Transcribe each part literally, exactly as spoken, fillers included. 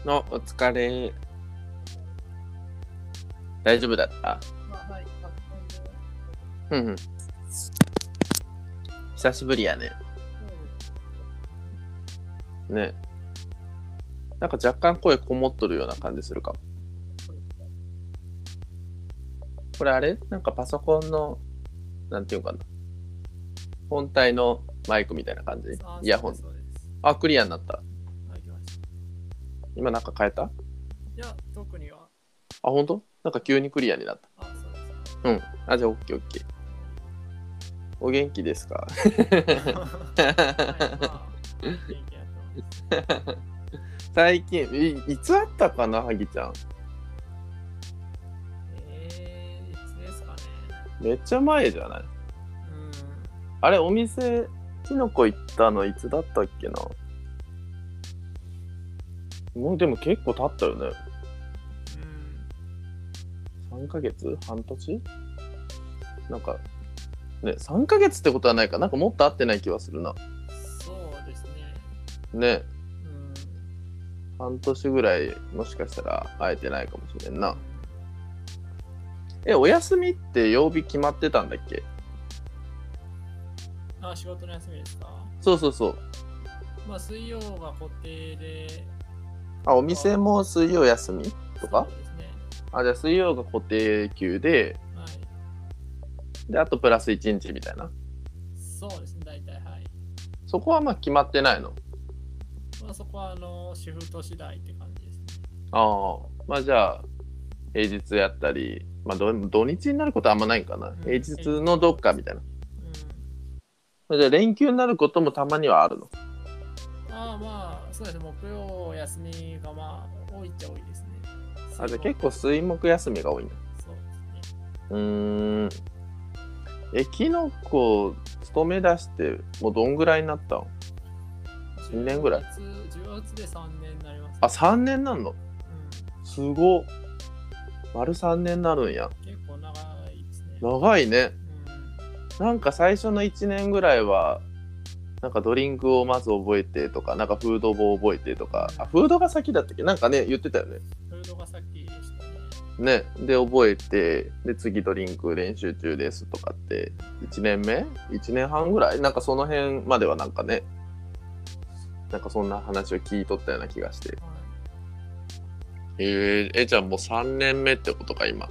のお疲れ。大丈夫だった？ まあ、はい、あ、 うんうん。久しぶりやね。ね。なんか若干声こもっとるような感じするかも。これあれ？なんかパソコンの、なんていうかな。本体のマイクみたいな感じ？ あ、 イヤホン。 そうです。 あ、クリアになった。 はい、来ました。 今なんか変えた？ いや、特には。 あ、ほんと？なんか急にクリアになった。 あ、そうです。 うん。あ、じゃあオッケーオッケー。お元気ですか？ はい、まあ、元気やってます。 最近い、いつあったかな、はぎちゃん。 えー、いつですかね。 めっちゃ前じゃない？ うん。 あれ、お店、キノコ行ったのいつだったっけな。もうでも結構経ったよね。 うん。 さんかげつ？半年？なんか、ね、さんかげつってことはないか。なんかもっと会ってない気はするな。 そうですね。 ね、 うん。 半年ぐらいもしかしたら会えてないかもしれんな。 うん、 え、お休みって曜日決まってたんだっけ？ あ、仕事の休みですか？ そうそうそう。 まあ、水曜が固定で。 あ、お店も水曜休みとか？ そうですね。 あ、じゃあ水曜が固定給で、 はい。 で、あとプラスいちにちみたいな。 そうですね、大体、はい。 そこはまあ決まってないの？ まあ、そこは、あの、シフト次第って感じですね。 ああ、まあじゃあ、平日やったり、まあ土土日になることはあんまないんかな。 うん、 平日のどっかみたいな。 うん。 じゃあ連休になることもたまにはあるの？ ああ、まあ、そうですね。木曜休みがまあ、多いっちゃ多いですね。 あ、じゃあ結構水木休みが多いんだ。 そうですね。 うーん。え、キノコ勤め出してもうどんぐらいになったの？にねんぐらい？ じゅうがつでさんねんになります、ね。 あ、さんねんなんの？ うん、 すごっ。丸さんねんになるんや。 結構長いですね。 長いね。 うん、 なんか最初のいちねんぐらいは、なんかドリンクをまず覚えてとか、なんかフードを覚えてとか、あ、フードが先だったっけ？なんかね、言ってたよね。 フードがさっきでしたね。 ね。で、覚えて、で、次ドリンク練習中ですとかって、いちねんめ ?いち 年半ぐらいなんかその辺まではなんかね、なんかそんな話を聞いとったような気がして。 はい、 えー、え、じゃあもうさんねんめってことか、今。 はい、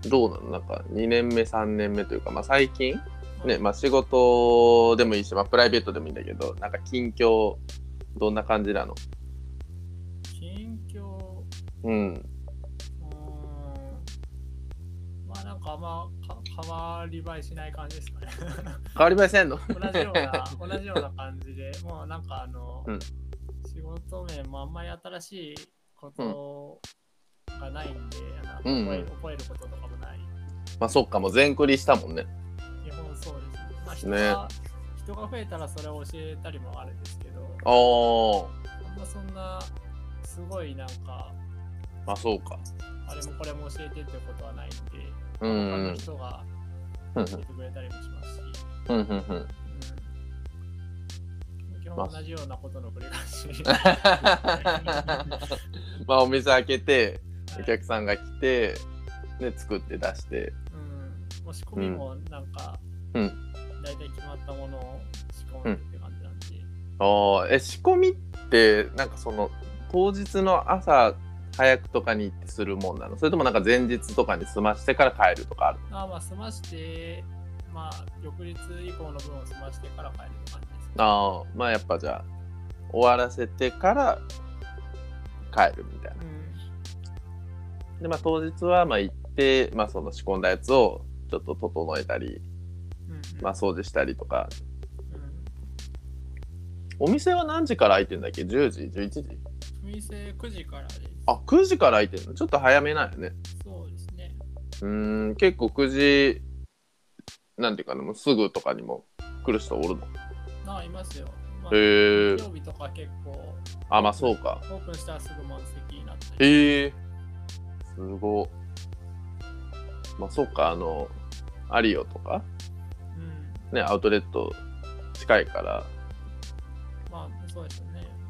どうなの？なんかにねんめ、さんねんめというか、まあ最近、ね、まあ仕事でもいいし、まあプライベートでもいいんだけど、なんか近況、どんな感じなの？ 近況、 うん。 うーん、まあなんかあんまか変わり映えしない感じですかね。 変わりませんの？ 同じような、同じような感じで、もうなんかあの、 うん、 仕事面もあんまり新しいこうん、 とがないんで、あうん、 の覚えうん。 覚えることとかもない。 まあそっか、もう全クリしたもんね。 基本そうですね。まあ人ね。 が、人が増えたらそれを教えたりもあるんですけど、 ああ、 あんまそんな、すごいなんか、 まあそうか。 あれもこれも教えてってことはないんで、 うん、 他のうん、 人がうん、 教えてくれたりもしますし、 うん、うん、うん。 うん基本同じようなことの繰り返し。 まあお店開けて、 はい、 お客さんが来て、で作って出して。 うん、もう仕込みもなんか、 うん。 大体決まったものを仕込んでって感じなんで。 ああ、え、仕込みってなんかその当日の朝早くとかに行ってするもんなの？それともなんか前日とかに済ましてから帰るとかある？ あまあ済まして、まあ翌日以降の分を済ましてから帰るって感じです、ね。 ああ、まあやっぱじゃあ終わらせてから帰るみたいな。 うん、 でまあ当日はまあ行ってまあその仕込んだやつをちょっと整えたり、 うんうん、 まあ掃除したりとか。 うん、 お店は何時から開いてんだっけ？じゅうじ？じゅういちじ？ お店くじからです。 あ、くじから開いてんの？ちょっと早めなんよね。 そうですね。 うーん、結構くじなんていうかな、もうすぐとかにも来る人おるの？ ああ、いますよ。まあ、 へえ。 日曜日とか結構、 あ、まあそうか。 オープンしたらすぐ満席になったり。 へえ。すご。まあそうか、あの、アリオとか、 うん、 ね、アウトレット近いから。 まあそうですよね。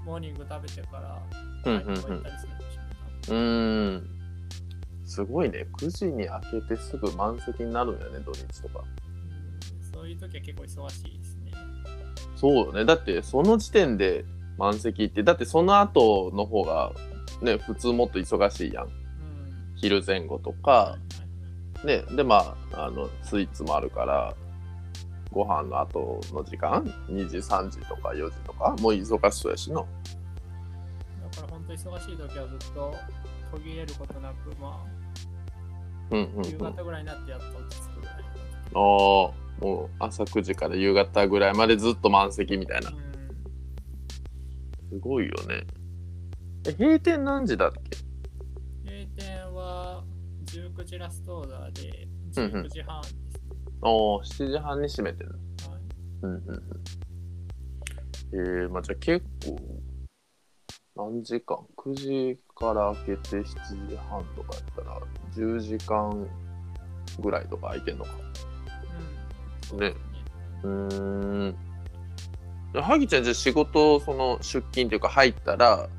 モーニング食べてからうんうんうん行ったりするんでしょうね。 うーん。すごいね。くじに開けてすぐ満席になるんだよね、土日とか。 うん、そういう時は結構忙しいですね。 そうよね。だってその時点で満席って、だってその後の方がね、普通もっと忙しいやん。 うん、 昼前後とはいか、 はいね、でまあ、あのスイーツもあるから、ご飯の後の時間、にじ、さんじとかよじとか、もう忙しそうやしな。 だから本当忙しい時はずっと途切れることなく、まあ、 うんうんうん。 夕方ぐらいになってやっと落ち着くぐらい。 ああ、もう朝くじから夕方ぐらいまでずっと満席みたいな。 うん、 すごいよね。え、閉店何時だっけ？ 閉店はじゅうくじラストオーダーでじゅうくじはんですね。 ああ、しちじはんに閉めてる。 はい、 うんうんうん。えー、まあじゃあ結構、何時間 ?く 時から開けてしちじはんとかやったら、じゅうじかんぐらいとか空いてんのか。 うん、そうねですね。 うーん。はぎちゃんじゃあ仕事、その出勤というか入ったら、 はい、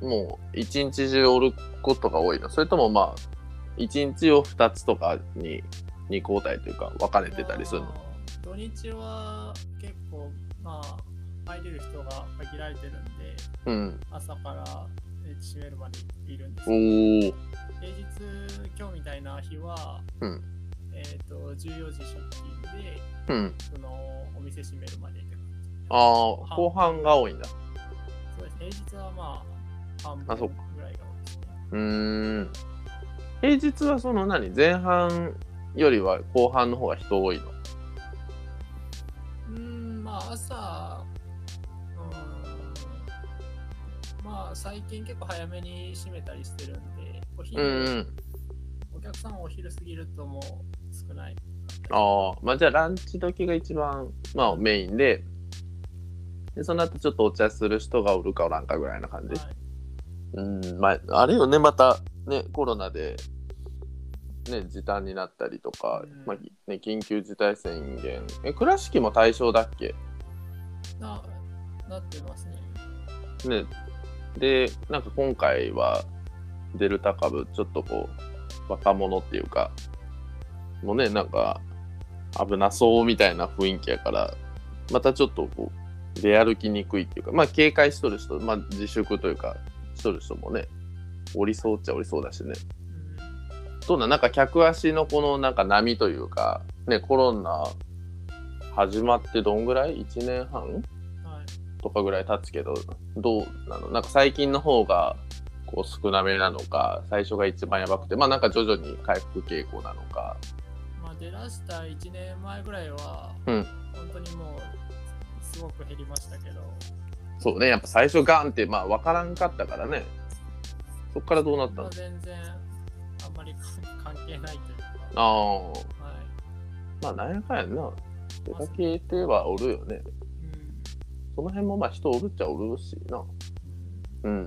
もう一日中おることが多いの？それともまあ、一日をふたつとかにに交代というか分かれてたりするの？ まあ土日は結構まあ入れる人が限られてるんで、 うん。 朝からえー閉めるまでいるんですおけど、 ー。 平日今日みたいな日は、 うん。 えっ、とじゅうよじ出勤でうん。 そのお店閉めるまでって感じ。 ああ、後半が多いんだ。 そうです。平日はまあ半あ、そ分っか。 ぐらいが多いですね。 うーん。平日はその何前半よりは後半の方が人多いの？ うーん、まあ朝、うーん、まあ最近結構早めに閉めたりしてるんで、お昼、 うん。 お客さんはお昼過ぎるともう少ない。 ああ、まあじゃあランチ時が一番、まあ、メインで、でその後ちょっとお茶する人がおるかおらんかぐらいな感じ。 はい、 うん、まああれよね、またねコロナでね時短になったりとか、 うんまあね、緊急事態宣言、え倉敷も対象だっけ？ ななってますね。 ね、でなんか今回はデルタ株ちょっとこう若者っていうかもうねなんか危なそうみたいな雰囲気やからまたちょっとこう出歩きにくいっていうか、まあ警戒しとる人、まあ自粛というかしとる人もねおりそうっちゃおりそうだしね。 うん、 どうなんなんか客足のこのなんか波というかねコロナ始まってどんぐらいいちねんはんはい、 とかぐらい経つけどどうなの？なんか最近の方がこう少なめなのか最初が一番やばくてまあなんか徐々に回復傾向なのか。 まあ出だしたいちねんまえぐらいは、 うん、 本当にもうすごく減りましたけど、 そうねやっぱ最初ガンってまあ分からんかったからね。そっからどうなったの？ まあ、全然あんまり関係ないというか、 ああはい、 まあなんやかんやんな出かけてはおるよね。 うん、 その辺もまあ人おるっちゃおるしな。うん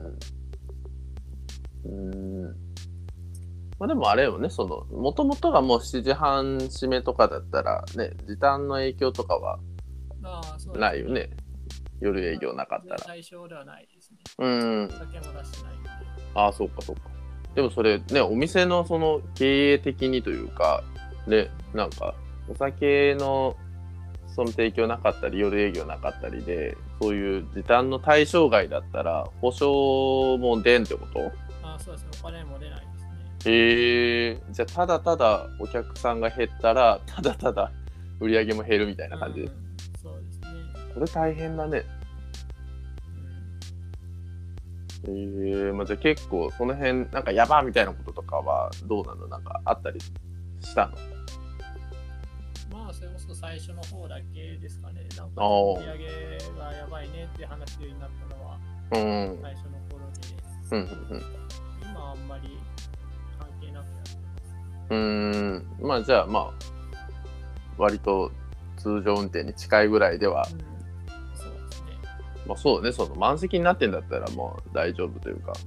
うんまあでもあれよねそのもともとがもうしちじはん閉めとかだったらね時短の影響とかはああ、そうですね、 ないよね。夜営業なかったら。 対象ではないですね。 うん酒も出してないんで。 ああそうかそうか。でもそれねお店のその経営的にというかねなんかお酒のその提供なかったり夜営業なかったりでそういう時短の対象外だったら保証も出んってこと？ ああ、そうですね。お金も出ないですね。 へえじゃあただただお客さんが減ったらただただ売り上げも減るみたいな感じ、 うん、そうですね。 それ大変だね。 うん、 へえまあじゃあ結構その辺なんかやばみたいなこととかはどうなの？なんかあったりしたの？ まあ、それこそ最初の方だけですかね。なんかあー売り上げがやばいねって話になったのはうん最初の頃で、 うんうん今はあんまり関係なくやってます。 うーんまあじゃあまあ割と通常運転に近いぐらいでは、 うん、そうですね。 まあそうねその満席になってんだったらもう大丈夫というか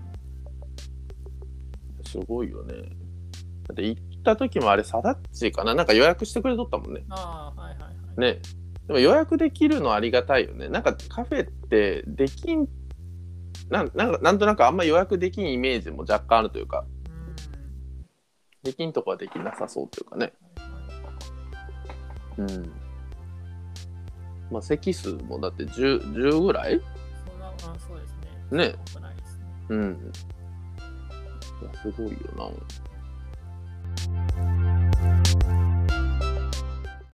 うん、 すごいよね。だって行った時もあれサダッチかななんか予約してくれとったもんね。 ああ、はいはいはい。 ねでも予約できるのありがたいよね。なんかカフェってできんなんなんかなんとなくあんま予約できんイメージも若干あるというか、できんとこはできなさそうというかね。うん。まあ席数もだって 10, 10ぐらいそんな、あ、そうですね。 ね。 多くないですね。 うん。いやすごいよな。